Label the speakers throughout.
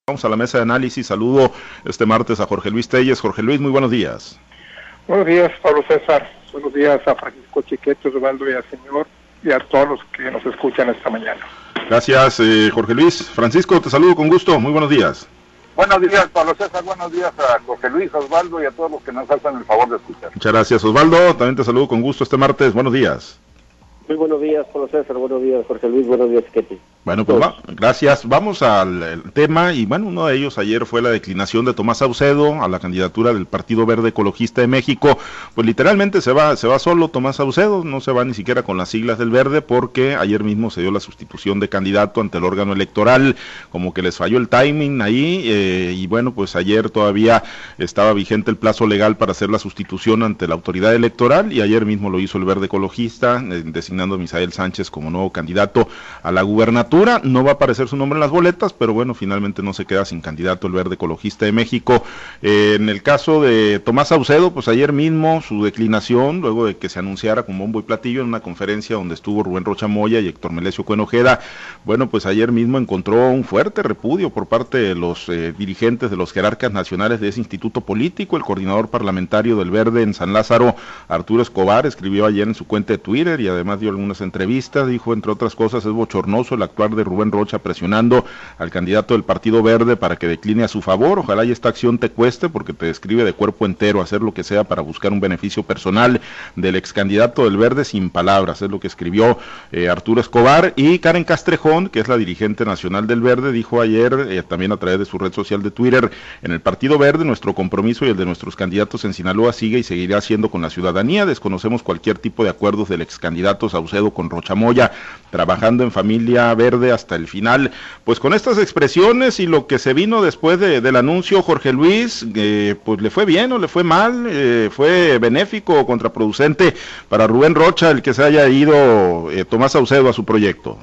Speaker 1: Vamos a la mesa de análisis. Saludo este martes a Jorge Luis Telles. Jorge Luis, muy buenos días.
Speaker 2: Buenos días, Pablo César. Buenos días a Francisco Chiquete, Osvaldo y al señor y a todos los que nos escuchan esta mañana.
Speaker 1: Gracias, Jorge Luis. Francisco, te saludo con gusto. Muy buenos días.
Speaker 3: Buenos días, Pablo César. Buenos días a Jorge Luis, Osvaldo y a todos los que nos hacen el favor de escuchar.
Speaker 1: Muchas gracias, Osvaldo. También te saludo con gusto este martes. Buenos días.
Speaker 4: Muy buenos días, Pablo César. Buenos días, Jorge Luis. Buenos días, Chiquete.
Speaker 1: Bueno, pues gracias. Vamos al tema y bueno, uno de ellos ayer fue la declinación de Tomás Saucedo a la candidatura del Partido Verde Ecologista de México. Pues literalmente se va solo Tomás Saucedo, no se va ni siquiera con las siglas del Verde porque ayer mismo se dio la sustitución de candidato ante el órgano electoral, como que les falló el timing ahí y bueno, pues ayer todavía estaba vigente el plazo legal para hacer la sustitución ante la autoridad electoral y ayer mismo lo hizo el Verde Ecologista, designando a Misael Sánchez como nuevo candidato a la gubernatura. No va a aparecer su nombre en las boletas, pero bueno, finalmente no se queda sin candidato el Verde Ecologista de México. En el caso de Tomás Saucedo, pues ayer mismo su declinación, luego de que se anunciara con bombo y platillo en una conferencia donde estuvo Rubén Rocha Moya y Héctor Melesio Cuen Ojeda, bueno, pues ayer mismo encontró un fuerte repudio por parte de los dirigentes de los jerarcas nacionales de ese instituto político. El coordinador parlamentario del Verde en San Lázaro, Arturo Escobar, escribió ayer en su cuenta de Twitter y además dio algunas entrevistas, dijo entre otras cosas, es bochornoso el actuar de Rubén Rocha presionando al candidato del Partido Verde para que decline a su favor. Ojalá y esta acción te cueste porque te describe de cuerpo entero hacer lo que sea para buscar un beneficio personal del ex candidato del Verde sin palabras, es lo que escribió Arturo Escobar. Y Karen Castrejón, que es la dirigente nacional del Verde, dijo ayer también a través de su red social de Twitter, en el Partido Verde nuestro compromiso y el de nuestros candidatos en Sinaloa sigue y seguirá siendo con la ciudadanía. Desconocemos cualquier tipo de acuerdos del ex candidato Saucedo con Rocha Moya, trabajando en familia verde hasta el final. Pues con estas expresiones y lo que se vino después del anuncio, Jorge Luis, pues le fue bien o le fue mal, fue benéfico o contraproducente para Rubén Rocha el que se haya ido Tomás Saucedo a su proyecto.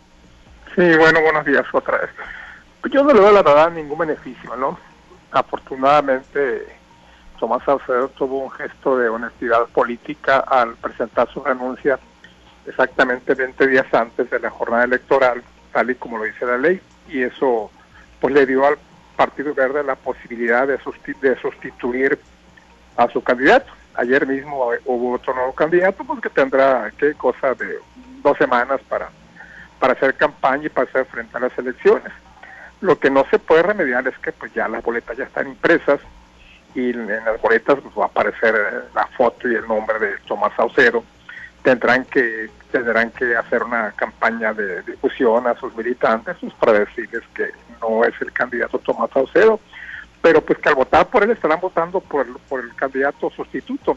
Speaker 2: Sí, bueno, buenos días otra vez. Pues yo no le veo la verdad ningún beneficio, ¿no? Afortunadamente Tomás Saucedo tuvo un gesto de honestidad política al presentar su renuncia exactamente 20 días antes de la jornada electoral, tal y como lo dice la ley, y eso pues le dio al Partido Verde la posibilidad de sustituir a su candidato. Ayer mismo hubo otro nuevo candidato, pues que tendrá, cosa de 2 semanas para hacer campaña y para hacer frente a las elecciones. Lo que no se puede remediar es que pues ya las boletas ya están impresas y en las boletas pues, va a aparecer la foto y el nombre de Tomás Saucedo. Tendrán que hacer una campaña de difusión a sus militantes pues, para decirles que no es el candidato Tomás Saucedo, pero pues que al votar por él estarán votando por el candidato sustituto.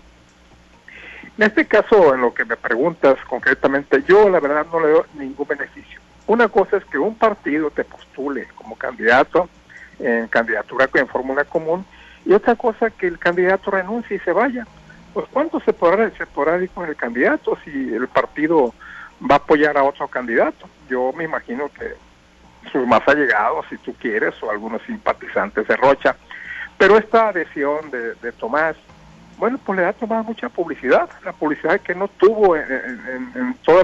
Speaker 2: En este caso, en lo que me preguntas concretamente, yo la verdad no le veo ningún beneficio. Una cosa es que un partido te postule como candidato en candidatura en fórmula común y otra cosa que el candidato renuncie y se vaya. Pues ¿cuánto se podrá ir con el candidato si el partido va a apoyar a otro candidato? Yo me imagino que sus más allegados, si tú quieres, o algunos simpatizantes de Rocha. Pero esta adhesión de Tomás, bueno, pues le da a Tomás mucha publicidad, la publicidad que no tuvo en toda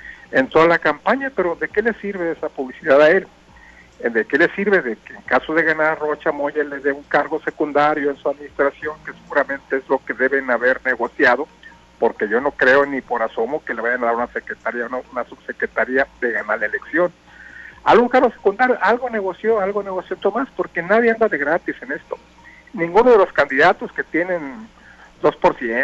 Speaker 2: la campaña, pero ¿de qué le sirve esa publicidad a él? ¿De qué le sirve de que en caso de ganar Rocha Moya le dé un cargo secundario en su administración, que seguramente es lo que deben haber negociado? Porque yo no creo ni por asomo que le vayan a dar una secretaria, una subsecretaria de ganar la elección. Algún cargo secundario, algo negoció Tomás, porque nadie anda de gratis en esto. Ninguno de los candidatos que tienen 2%,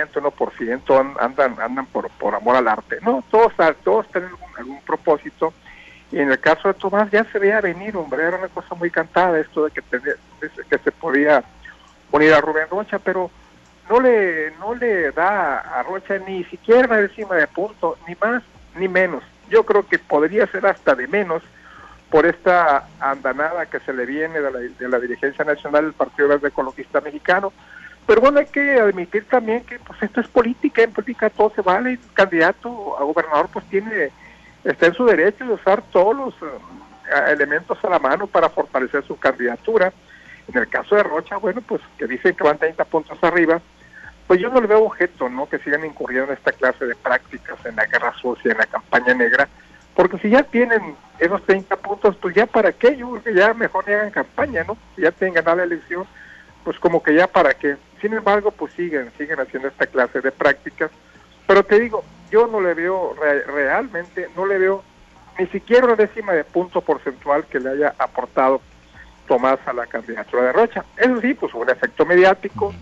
Speaker 2: 1% andan por amor al arte. No, todos tienen algún propósito. Y en el caso de Tomás ya se veía venir, hombre, era una cosa muy cantada esto de que se podía unir a Rubén Rocha, pero no le da a Rocha ni siquiera una décima de punto, ni más ni menos. Yo creo que podría ser hasta de menos por esta andanada que se le viene de la dirigencia nacional del Partido Verde Ecologista Mexicano. Pero bueno, hay que admitir también que pues esto es política, en política todo se vale, el candidato a gobernador pues está en su derecho de usar todos los elementos a la mano para fortalecer su candidatura. En el caso de Rocha, bueno, pues que dicen que van 30 puntos arriba, pues yo no le veo objeto, ¿no? Que sigan incurriendo en esta clase de prácticas, en la guerra sucia, en la campaña negra, porque si ya tienen esos 30 puntos, pues ya para qué, yo creo que ya mejor ni hagan campaña, ¿no? Si ya tienen ganada la elección, pues como que ya para qué. Sin embargo, pues siguen haciendo esta clase de prácticas, pero te digo, yo no le veo, realmente, no le veo ni siquiera una décima de punto porcentual que le haya aportado Tomás a la candidatura de Rocha. Eso sí, pues un efecto mediático,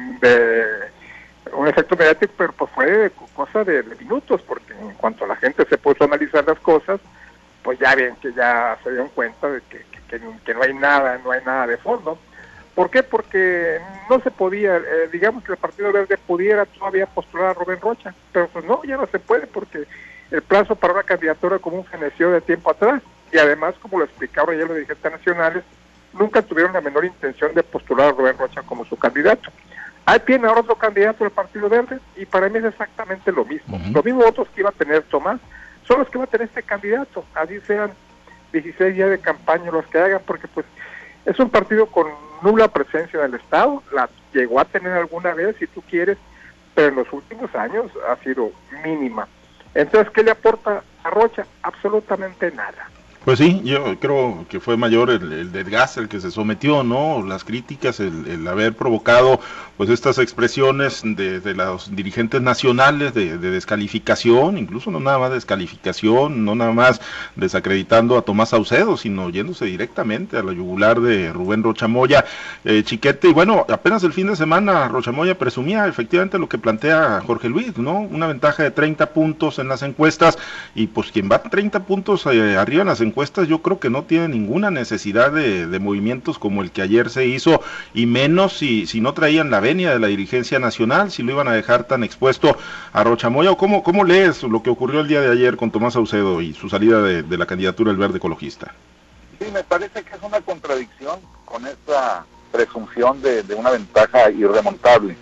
Speaker 2: pero pues fue cosa de minutos, porque en cuanto la gente se puso a analizar las cosas, pues ya ven que ya se dieron cuenta de que no hay nada de fondo. ¿Por qué? Porque no se podía, digamos que el Partido Verde pudiera todavía postular a Rubén Rocha, pero pues no, ya no se puede, porque el plazo para una candidatura común feneció de tiempo atrás, y además, como lo explicaron ya los dirigentes nacionales, nunca tuvieron la menor intención de postular a Rubén Rocha como su candidato. Ahí tiene ahora otro candidato del Partido Verde, y para mí es exactamente lo mismo. Los mismos votos que iba a tener Tomás son los que va a tener este candidato, así sean 16 días de campaña los que hagan, porque pues es un partido con nula presencia en el Estado, la llegó a tener alguna vez, si tú quieres, pero en los últimos años ha sido mínima. Entonces, ¿qué le aporta a Rocha? Absolutamente nada.
Speaker 1: Pues sí, yo creo que fue mayor el desgaste el que se sometió, ¿no? Las críticas, el haber provocado pues estas expresiones de los dirigentes nacionales de descalificación, incluso no nada más descalificación, no nada más desacreditando a Tomás Saucedo, sino yéndose directamente a la yugular de Rubén Rocha Moya, Chiquete. Y bueno, apenas el fin de semana Rocha Moya presumía efectivamente lo que plantea Jorge Luis, ¿no? Una ventaja de 30 puntos en las encuestas, y pues quien va 30 puntos arriba en las encuestas, yo creo que no tiene ninguna necesidad de movimientos como el que ayer se hizo, y menos si no traían la venia de la dirigencia nacional, si lo iban a dejar tan expuesto a Rocha Moya. ¿O cómo lees lo que ocurrió el día de ayer con Tomás Saucedo y su salida de la candidatura del Verde Ecologista?
Speaker 3: Sí, me parece que es una contradicción con esta presunción de una ventaja irremontable.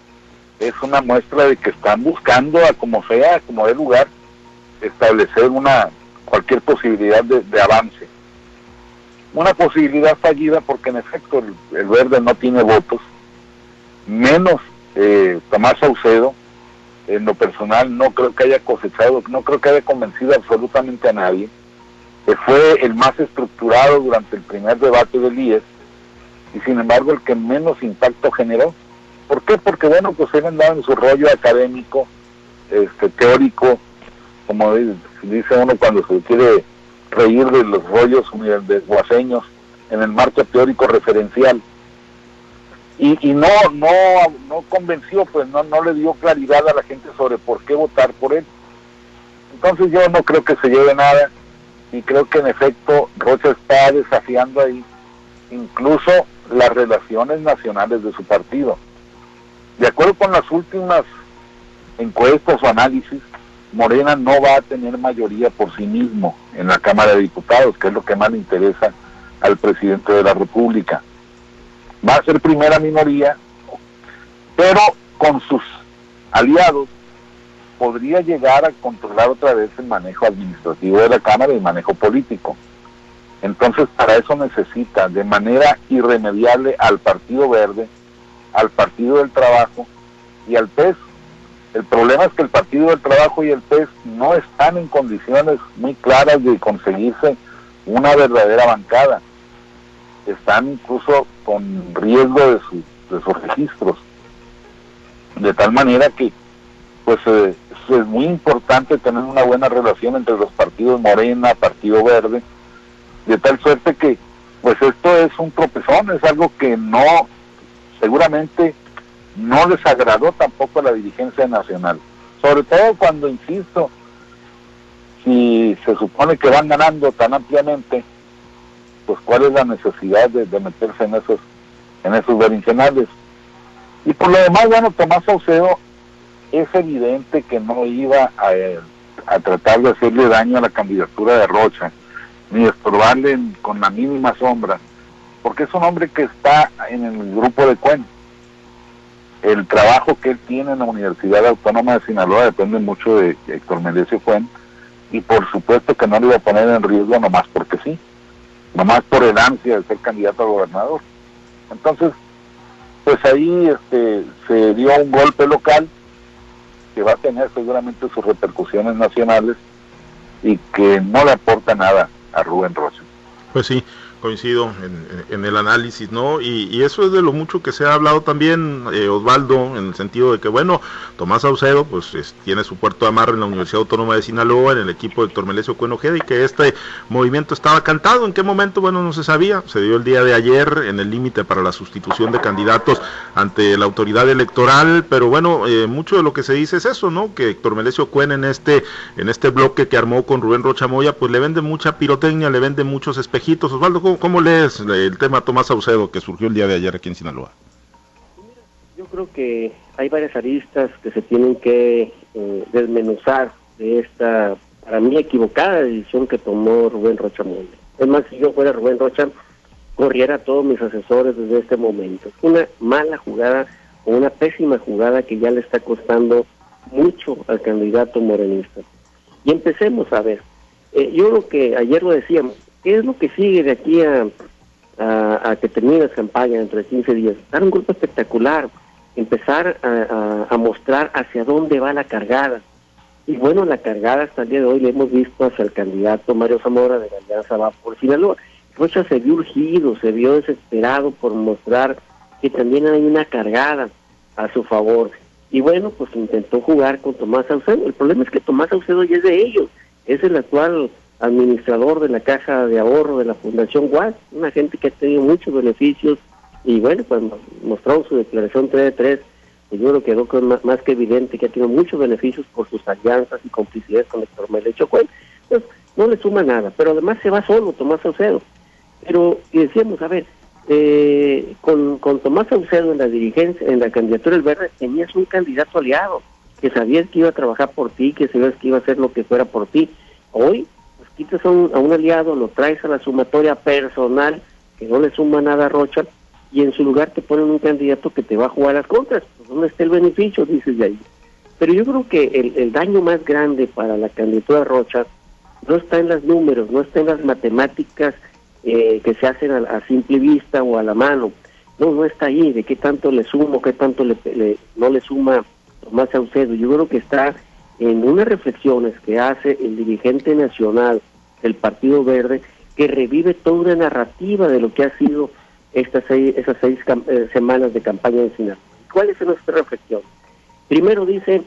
Speaker 3: Es una muestra de que están buscando, a como sea, como dé lugar, establecer cualquier posibilidad de avance. Una posibilidad fallida porque en efecto el Verde no tiene votos, menos Tomás Saucedo. En lo personal no creo que haya cosechado, no creo que haya convencido absolutamente a nadie. Fue el más estructurado durante el primer debate del IES, y sin embargo el que menos impacto generó. ¿Por qué? Porque bueno, pues él andaba en su rollo académico, teórico, como dice uno cuando se quiere reír de los rollos de guaseños, en el marco teórico referencial, y no convenció, pues no le dio claridad a la gente sobre por qué votar por él. Entonces yo no creo que se lleve nada, y creo que en efecto Rocha está desafiando ahí incluso las relaciones nacionales de su partido. De acuerdo con las últimas encuestas o análisis, Morena no va a tener mayoría por sí mismo en la Cámara de Diputados, que es lo que más le interesa al presidente de la República. Va a ser primera minoría, pero con sus aliados podría llegar a controlar otra vez el manejo administrativo de la Cámara y el manejo político. Entonces, para eso necesita de manera irremediable al Partido Verde, al Partido del Trabajo y al PES. El problema es que el Partido del Trabajo y el PES no están en condiciones muy claras de conseguirse una verdadera bancada. Están incluso con riesgo de sus registros. De tal manera que pues es muy importante tener una buena relación entre los partidos Morena, Partido Verde, de tal suerte que pues esto es un tropezón, es algo que seguramente no les agradó tampoco a la dirigencia nacional, sobre todo cuando, insisto, si se supone que van ganando tan ampliamente, pues cuál es la necesidad de meterse en esos berenjenales. Y por lo demás, bueno, Tomás Saucedo es evidente que no iba a tratar de hacerle daño a la candidatura de Rocha, ni estorbarle con la mínima sombra, porque es un hombre que está en el grupo de Cuen. El trabajo que él tiene en la Universidad Autónoma de Sinaloa depende mucho de Héctor Melesio Cuen, y por supuesto que no le iba a poner en riesgo nomás porque sí, nomás por el ansia de ser candidato a gobernador. Entonces, pues ahí se dio un golpe local que va a tener seguramente sus repercusiones nacionales, y que no le aporta nada a Rubén Rocha.
Speaker 1: Pues sí, coincido en el análisis, ¿no? Y eso es de lo mucho que se ha hablado también, Osvaldo, en el sentido de que, bueno, Tomás Saucedo, pues tiene su puerto de amarre en la Universidad Autónoma de Sinaloa, en el equipo de Héctor Melesio Cuen Ojeda, y que este movimiento estaba cantado. ¿En qué momento? Bueno, no se sabía. Se dio el día de ayer en el límite para la sustitución de candidatos ante la autoridad electoral, pero bueno, mucho de lo que se dice es eso, ¿no? Que Héctor Melesio Cuen en este bloque que armó con Rubén Rocha Moya, pues le vende mucha pirotecnia, le vende muchos espejitos. Osvaldo, ¿cómo lees el tema Tomás Saucedo que surgió el día de ayer aquí en Sinaloa?
Speaker 4: Yo creo que hay varias aristas que se tienen que desmenuzar de esta, para mí, equivocada decisión que tomó Rubén Rocha Moya. Es más, si yo fuera Rubén Rocha, corriera a todos mis asesores desde este momento. Es una mala jugada o una pésima jugada que ya le está costando mucho al candidato morenista. Y empecemos a ver. Yo creo que ayer lo decíamos, ¿qué es lo que sigue de aquí a que termine la campaña dentro de 15 días? Dar un grupo espectacular, empezar a mostrar hacia dónde va la cargada. Y bueno, la cargada hasta el día de hoy le hemos visto hacia el candidato Mario Zamora de la Alianza Va por Sinaloa. Rocha se vio urgido, se vio desesperado por mostrar que también hay una cargada a su favor. Y bueno, pues intentó jugar con Tomás Saucedo. El problema es que Tomás Saucedo ya es de ellos, es el actual administrador de la Caja de Ahorro de la Fundación UAS, una gente que ha tenido muchos beneficios, y bueno, cuando mostraron su declaración 3 de 3, pues yo creo que quedó más que evidente que ha tenido muchos beneficios por sus alianzas y complicidades con Héctor Melesio Cuen. Entonces, no le suma nada, pero además se va solo Tomás Saucedo. Pero, y decíamos, a ver, con Tomás Saucedo en la dirigencia, en la candidatura del Verde, tenías un candidato aliado, que sabías que iba a trabajar por ti, que sabías que iba a hacer lo que fuera por ti. Hoy, pues quitas a un aliado, lo traes a la sumatoria personal, que no le suma nada a Rocha, y en su lugar te ponen un candidato que te va a jugar las contras. Pues, ¿dónde está el beneficio? Dices de ahí. Pero yo creo que el daño más grande para la candidatura de Rocha no está en los números, no está en las matemáticas que se hacen a simple vista o a la mano. No está ahí, de qué tanto le sumo, qué tanto no le suma Tomás Saucedo. Yo creo que está en unas reflexiones que hace el dirigente nacional del Partido Verde, que revive toda una narrativa de lo que ha sido esas seis semanas de campaña en Sinaloa. ¿Cuál es nuestra reflexión? Primero dice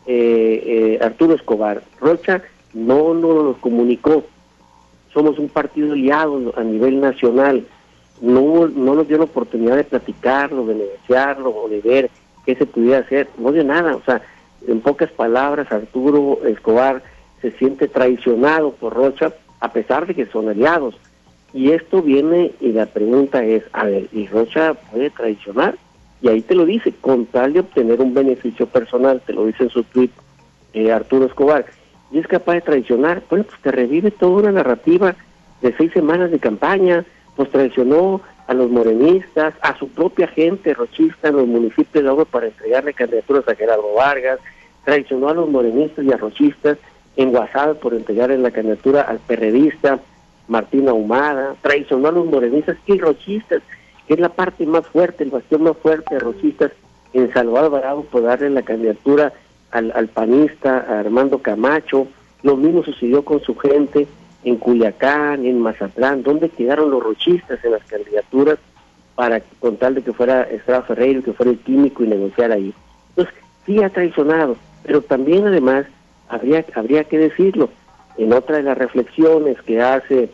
Speaker 4: Arturo Escobar, Rocha no nos comunicó, somos un partido aliado a nivel nacional, no nos dio la oportunidad de platicarlo, de negociarlo o de ver qué se pudiera hacer, no dio nada. O sea, en pocas palabras, Arturo Escobar se siente traicionado por Rocha, a pesar de que son aliados. Y esto viene, y la pregunta es, a ver, ¿y Rocha puede traicionar? Y ahí te lo dice, con tal de obtener un beneficio personal, te lo dice en su tweet Arturo Escobar, y es capaz de traicionar. Bueno, pues te revive toda una narrativa de 6 semanas de campaña, pues traicionó a los morenistas, a su propia gente rochista en los municipios de Agua para entregarle candidaturas a Gerardo Vargas, traicionó a los morenistas y a rochistas en Guasave por entregarle la candidatura al perredista Martín Ahumada, traicionó a los morenistas y rochistas, que es la parte más fuerte, el bastión más fuerte de rochistas en Salvador Alvarado por darle la candidatura al panista, a Armando Camacho. Lo mismo sucedió con su gente en Culiacán, en Mazatlán, donde quedaron los rochistas en las candidaturas para con tal de que fuera Estrada Ferreiro, que fuera el químico y negociar ahí. Entonces, sí ha traicionado, pero también además habría que decirlo, en otra de las reflexiones que hace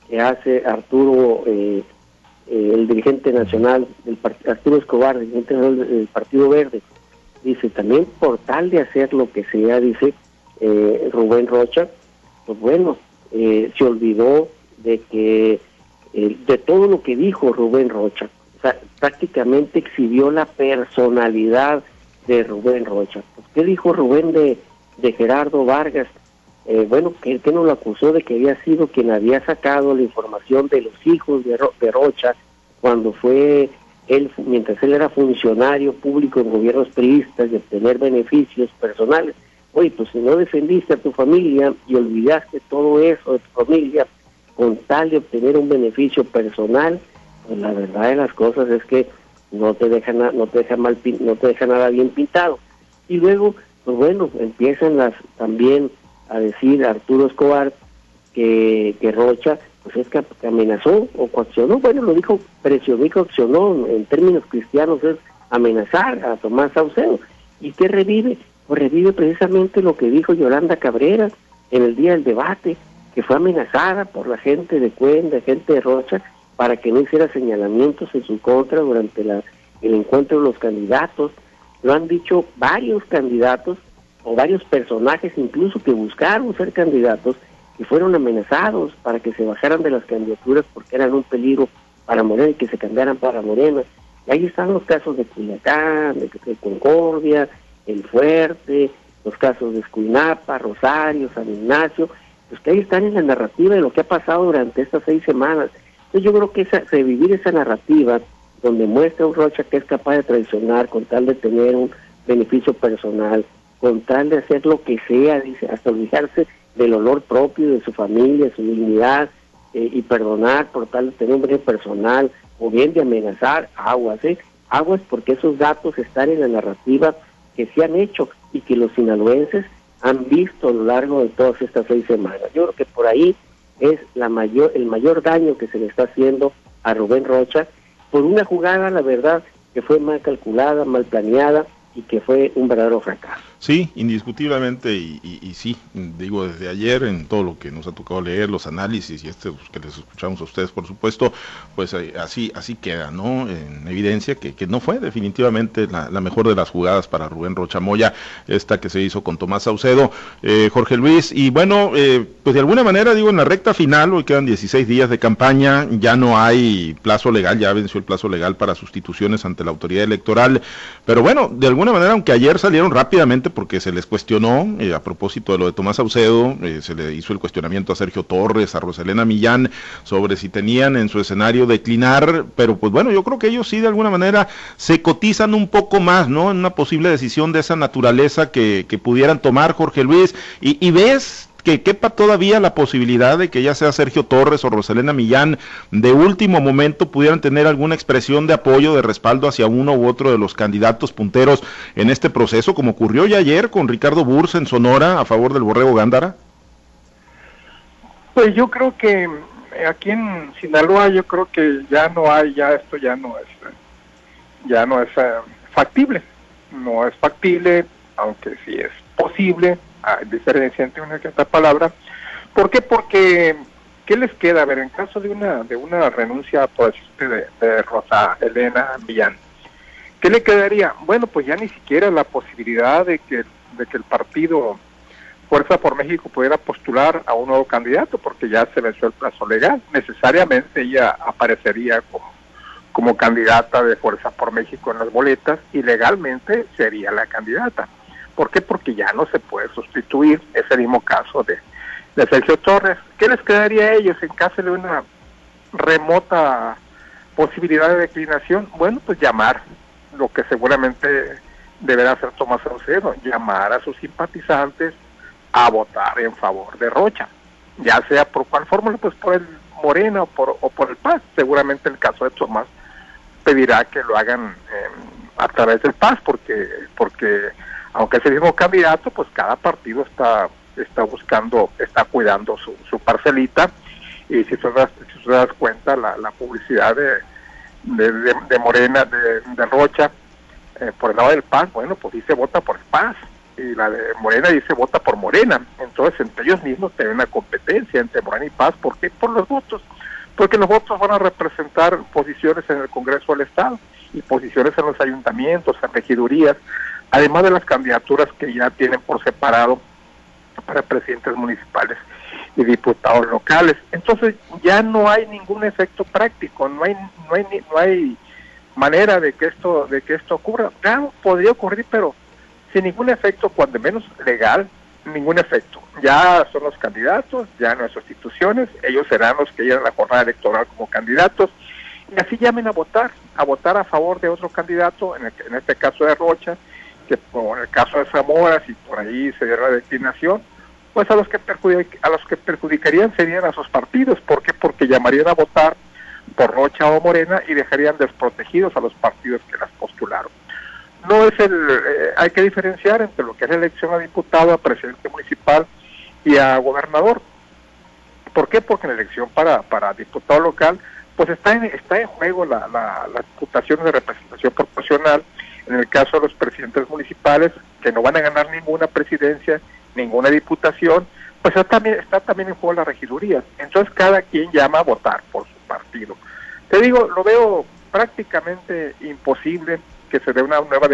Speaker 4: Arturo, el dirigente nacional, Arturo Escobar, dirigente nacional del Partido Verde, dice, también por tal de hacer lo que sea, dice Rubén Rocha, pues bueno, se olvidó de que de todo lo que dijo Rubén Rocha. O sea, prácticamente exhibió la personalidad de Rubén Rocha. Pues, ¿qué dijo Rubén de Gerardo Vargas? Bueno, que no lo acusó de que había sido quien había sacado la información de los hijos de Rocha cuando fue él, mientras él era funcionario público en gobiernos priistas, de obtener beneficios personales. Oye, pues si no defendiste a tu familia y olvidaste todo eso de tu familia con tal de obtener un beneficio personal, pues la verdad de las cosas es que no te deja nada bien pintado. Y luego, pues bueno, empiezan también a decir a Arturo Escobar que Rocha pues es que amenazó o coaccionó, bueno, lo dijo, presionó y coaccionó, en términos cristianos es amenazar a Tomás Saucedo. ¿Y qué revive? Pues revive precisamente lo que dijo Yolanda Cabrera en el día del debate, que fue amenazada por la gente de Cuenda, gente de Rocha, para que no hiciera señalamientos en su contra durante el encuentro de los candidatos. Lo han dicho varios candidatos o varios personajes incluso que buscaron ser candidatos y fueron amenazados para que se bajaran de las candidaturas porque eran un peligro para Morena y que se cambiaran para Morena. Y ahí están los casos de Culiacán, de Concordia, El Fuerte, los casos de Escuinapa, Rosario, San Ignacio, pues que ahí están en la narrativa de lo que ha pasado durante estas 6 semanas. Entonces yo creo que revivir esa narrativa donde muestra a un Rocha que es capaz de traicionar con tal de tener un beneficio personal, con tal de hacer lo que sea, dice, hasta olvidarse del honor propio, de su familia, de su dignidad, y perdonar por tal de tener un beneficio personal, o bien de amenazar, aguas, aguas porque esos datos están en la narrativa que se han hecho y que los sinaloenses han visto a lo largo de todas estas 6 semanas. Yo creo que por ahí es el mayor daño que se le está haciendo a Rubén Rocha por una jugada, la verdad, que fue mal calculada, mal planeada y que fue un verdadero fracaso.
Speaker 1: Sí, indiscutiblemente, y sí, digo, desde ayer en todo lo que nos ha tocado leer, los análisis y que les escuchamos a ustedes, por supuesto, pues así queda, ¿no? En evidencia que no fue definitivamente la mejor de las jugadas para Rubén Rocha Moya, esta que se hizo con Tomás Saucedo, Jorge Luis, y bueno, pues de alguna manera, digo, en la recta final, hoy quedan 16 días de campaña, ya no hay plazo legal, ya venció el plazo legal para sustituciones ante la autoridad electoral, pero bueno, de alguna manera, aunque ayer salieron rápidamente, porque se les cuestionó, a propósito de lo de Tomás Saucedo, se le hizo el cuestionamiento a Sergio Torres, a Roselena Millán, sobre si tenían en su escenario declinar, pero pues bueno, yo creo que ellos sí de alguna manera se cotizan un poco más, ¿no? En una posible decisión de esa naturaleza que pudieran tomar, Jorge Luis, y ves que quepa todavía la posibilidad de que ya sea Sergio Torres o Roselena Millán de último momento pudieran tener alguna expresión de apoyo, de respaldo hacia uno u otro de los candidatos punteros en este proceso, como ocurrió ya ayer con Ricardo Burs en Sonora a favor del Borrego Gándara?
Speaker 2: Pues yo creo que aquí en Sinaloa yo creo que esto ya no es factible, aunque sí es posible. Diferencia entre una y otra palabra. ¿Por qué? Porque ¿qué les queda? A ver, en caso de una renuncia, por decirte, de Rosa Elena Millán, ¿qué le quedaría? Bueno, pues ya ni siquiera la posibilidad de que el partido Fuerza por México pudiera postular a un nuevo candidato, porque ya se venció el plazo legal. Necesariamente ella aparecería como candidata de Fuerza por México en las boletas y legalmente sería la candidata. ¿Por qué? Porque ya no se puede sustituir. Es el mismo caso de Sergio Torres. ¿Qué les quedaría a ellos en caso de una remota posibilidad de declinación? Bueno, pues llamar, lo que seguramente deberá hacer Tomás Saucedo, llamar a sus simpatizantes a votar en favor de Rocha, ya sea por cuál fórmula, pues por el Morena o por el PAS. Seguramente en el caso de Tomás pedirá que lo hagan a través del PAS, porque aunque es el mismo candidato, pues cada partido está cuidando su parcelita, y si tú te das cuenta, la publicidad de Morena, de Rocha, por el lado del PAN, bueno, pues dice vota por el PAS, y la de Morena dice vota por Morena. Entonces entre ellos mismos tienen una competencia entre Morena y PAS. ¿Por qué? Por los votos, porque los votos van a representar posiciones en el Congreso del Estado y posiciones en los ayuntamientos, en regidurías, además de las candidaturas que ya tienen por separado para presidentes municipales y diputados locales. Entonces ya no hay ningún efecto práctico, no hay manera de que esto ocurra. Claro, podría ocurrir, pero sin ningún efecto, cuando menos legal, ningún efecto. Ya son los candidatos, ya no hay sustituciones, ellos serán los que llevan la jornada electoral como candidatos, y así llamen a votar a favor de otro candidato, en este caso de Rocha, que por el caso de Zamora, si por ahí se diera la declinación, pues a los que perjudicarían serían a sus partidos. ¿Por qué? Porque llamarían a votar por Rocha o Morena y dejarían desprotegidos a los partidos que las postularon. No es hay que diferenciar entre lo que es la elección a diputado, a presidente municipal y a gobernador. ¿Por qué? Porque en la elección para diputado local, pues está en juego las diputaciones de representación proporcional. En el caso de los presidentes municipales, que no van a ganar ninguna presidencia, ninguna diputación, pues está también en juego las regidurías. Entonces cada quien llama a votar por su partido. Te digo, lo veo prácticamente imposible que se dé una nueva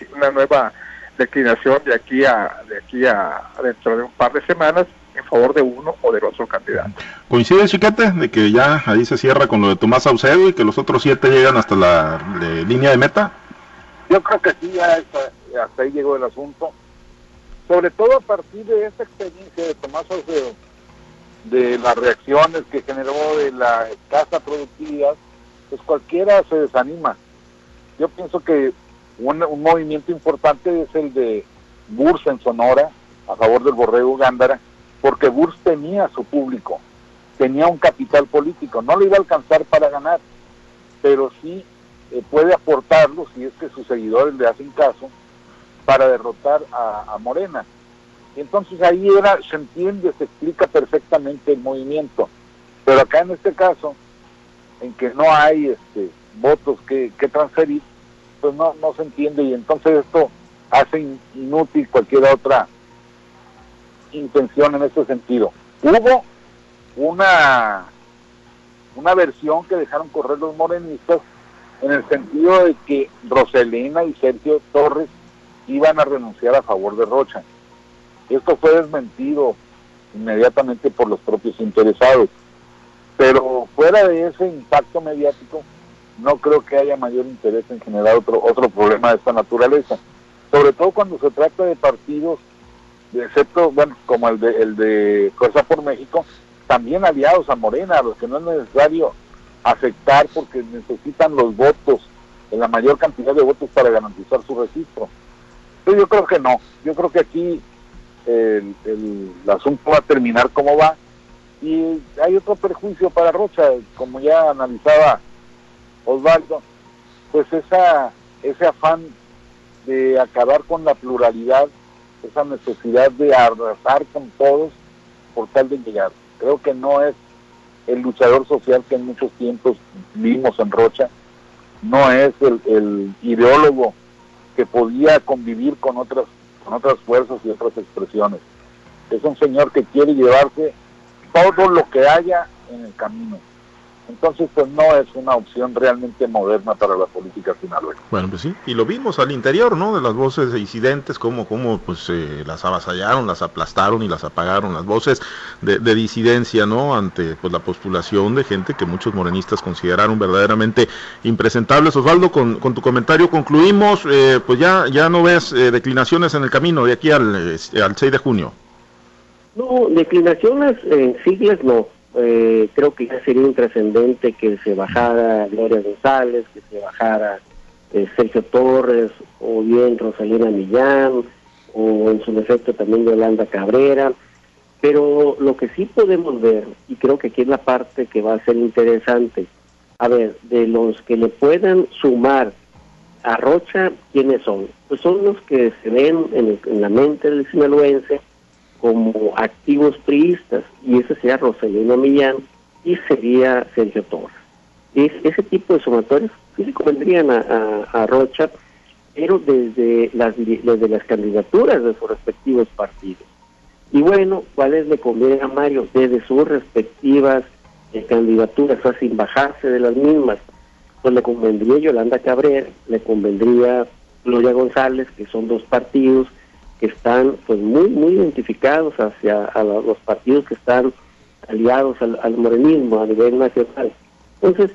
Speaker 2: declinación de aquí a dentro de un par de semanas en favor de uno o del otro candidato.
Speaker 1: ¿Coincide, Chiquete, de que ya ahí se cierra con lo de Tomás Saucedo y que los otros 7 llegan hasta la línea de meta?
Speaker 3: Yo creo que sí, ya hasta ahí llegó el asunto. Sobre todo a partir de esta experiencia de Tomás Saucedo, de las reacciones que generó, de la escasa productividad, pues cualquiera se desanima. Yo pienso que un movimiento importante es el de Burs en Sonora, a favor del Borrego Gándara, porque Burs tenía su público, tenía un capital político, no lo iba a alcanzar para ganar, pero sí puede aportarlo, si es que sus seguidores le hacen caso, para derrotar a Morena. Y entonces ahí se entiende, se explica perfectamente el movimiento. Pero acá en este caso, en que no hay votos que transferir, pues no se entiende, y entonces esto hace inútil cualquier otra intención en este sentido. Hubo una versión que dejaron correr los morenistas en el sentido de que Roselena y Sergio Torres iban a renunciar a favor de Rocha. Esto fue desmentido inmediatamente por los propios interesados, pero fuera de ese impacto mediático no creo que haya mayor interés en generar otro problema de esta naturaleza, sobre todo cuando se trata de partidos, excepto, bueno, como el de Fuerza por México, también aliados a Morena, a los que no es necesario afectar porque necesitan los votos, en la mayor cantidad de votos para garantizar su registro. Pero yo creo que no, yo creo que aquí el asunto va a terminar como va, y hay otro perjuicio para Rocha, como ya analizaba Osvaldo, pues ese afán de acabar con la pluralidad, esa necesidad de arrasar con todos por tal de llegar. Creo que no es el luchador social que en muchos tiempos vimos en Rocha, no es el ideólogo que podía convivir con otras fuerzas y otras expresiones. Es un señor que quiere llevarse todo lo que haya en el camino. Entonces, pues no es una opción realmente moderna para la política sinaloense.
Speaker 1: Bueno, pues sí, y lo vimos al interior, ¿no? De las voces disidentes, cómo pues las avasallaron, las aplastaron y las apagaron, las voces de disidencia, ¿no? Ante pues la postulación de gente que muchos morenistas consideraron verdaderamente impresentables. Osvaldo, con tu comentario concluimos, pues ya no ves declinaciones en el camino de aquí al 6 de junio.
Speaker 4: No, declinaciones en siglas no. Creo que ya sería intrascendente que se bajara Gloria González, que se bajara Sergio Torres, o bien Rosalina Millán, o en su defecto también Yolanda Cabrera, pero lo que sí podemos ver, y creo que aquí es la parte que va a ser interesante, a ver, de los que le puedan sumar a Rocha, ¿quiénes son? Pues son los que se ven en la mente del sinaloense como activos priistas, y ese sería Roselena Millán y sería Sergio Torres. Ese tipo de sumatorios sí le convendrían a Rocha, pero desde las candidaturas de sus respectivos partidos. Y bueno, ¿cuáles le conviene a Mario? Desde sus respectivas candidaturas, o sea, sin bajarse de las mismas, pues le convendría Yolanda Cabrera, le convendría Gloria González, que son dos partidos que están pues muy identificados hacia los partidos que están aliados al morenismo a nivel nacional. Entonces,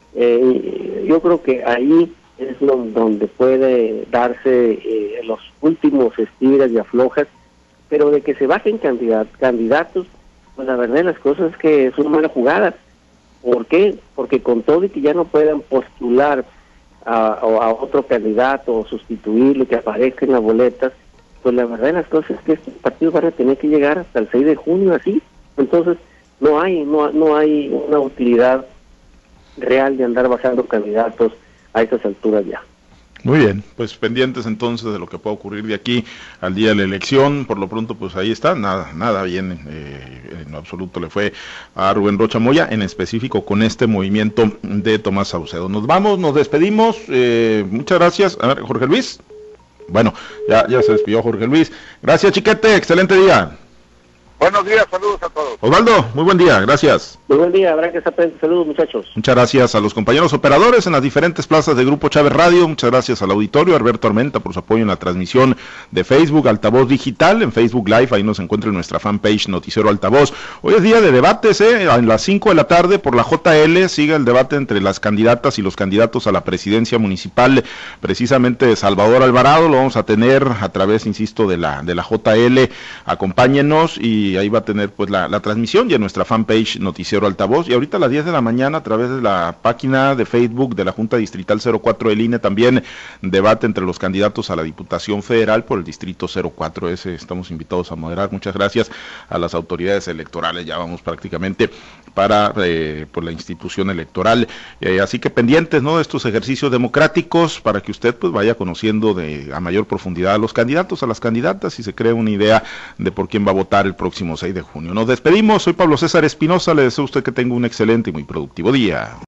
Speaker 4: yo creo que ahí es donde puede darse los últimos estiras y aflojas, pero de que se bajen candidatos, pues la verdad de las cosas es que es una mala jugada. ¿Por qué? Porque con todo y que ya no puedan postular a otro candidato o sustituirlo, que aparezca en las boletas, pues la verdad de las cosas es que estos partidos van a tener que llegar hasta el 6 de junio así. Entonces no hay una utilidad real de andar bajando candidatos a estas alturas ya.
Speaker 1: Muy bien, pues pendientes entonces de lo que pueda ocurrir de aquí al día de la elección. Por lo pronto, pues ahí está, nada bien en lo absoluto le fue a Rubén Rocha Moya, en específico con este movimiento de Tomás Saucedo. Nos vamos, nos despedimos, muchas gracias. A ver, Jorge Luis. Bueno, ya se despidió Jorge Luis. Gracias, Chiquete, excelente día.
Speaker 3: Buenos días, saludos a todos.
Speaker 1: Osvaldo, muy buen día, gracias.
Speaker 4: Muy buen día, habrá que estar pendientes. Saludos, muchachos.
Speaker 1: Muchas gracias a los compañeros operadores en las diferentes plazas de Grupo Chávez Radio. Muchas gracias al auditorio, Alberto Armenta, por su apoyo en la transmisión de Facebook, Altavoz Digital, en Facebook Live. Ahí nos encuentra en nuestra fanpage Noticiero Altavoz. Hoy es día de debates, en las 5 de la tarde por la JL. Sigue el debate entre las candidatas y los candidatos a la presidencia municipal, precisamente de Salvador Alvarado. Lo vamos a tener a través, insisto, de la JL. Acompáñenos y ahí va a tener pues la transmisión y en nuestra fanpage Noticiero Altavoz. Y ahorita a las 10 de la mañana a través de la página de Facebook de la Junta Distrital 04 del INE también debate entre los candidatos a la Diputación Federal por el Distrito 04. Ese estamos invitados a moderar. Muchas gracias a las autoridades electorales. Ya vamos prácticamente para por la institución electoral. Así que pendientes, ¿no?, de estos ejercicios democráticos para que usted pues vaya conociendo a mayor profundidad a los candidatos, a las candidatas y se cree una idea de por quién va a votar el próximo 6 de junio. Nos despedimos, soy Pablo César Espinosa, le deseo a usted que tenga un excelente y muy productivo día.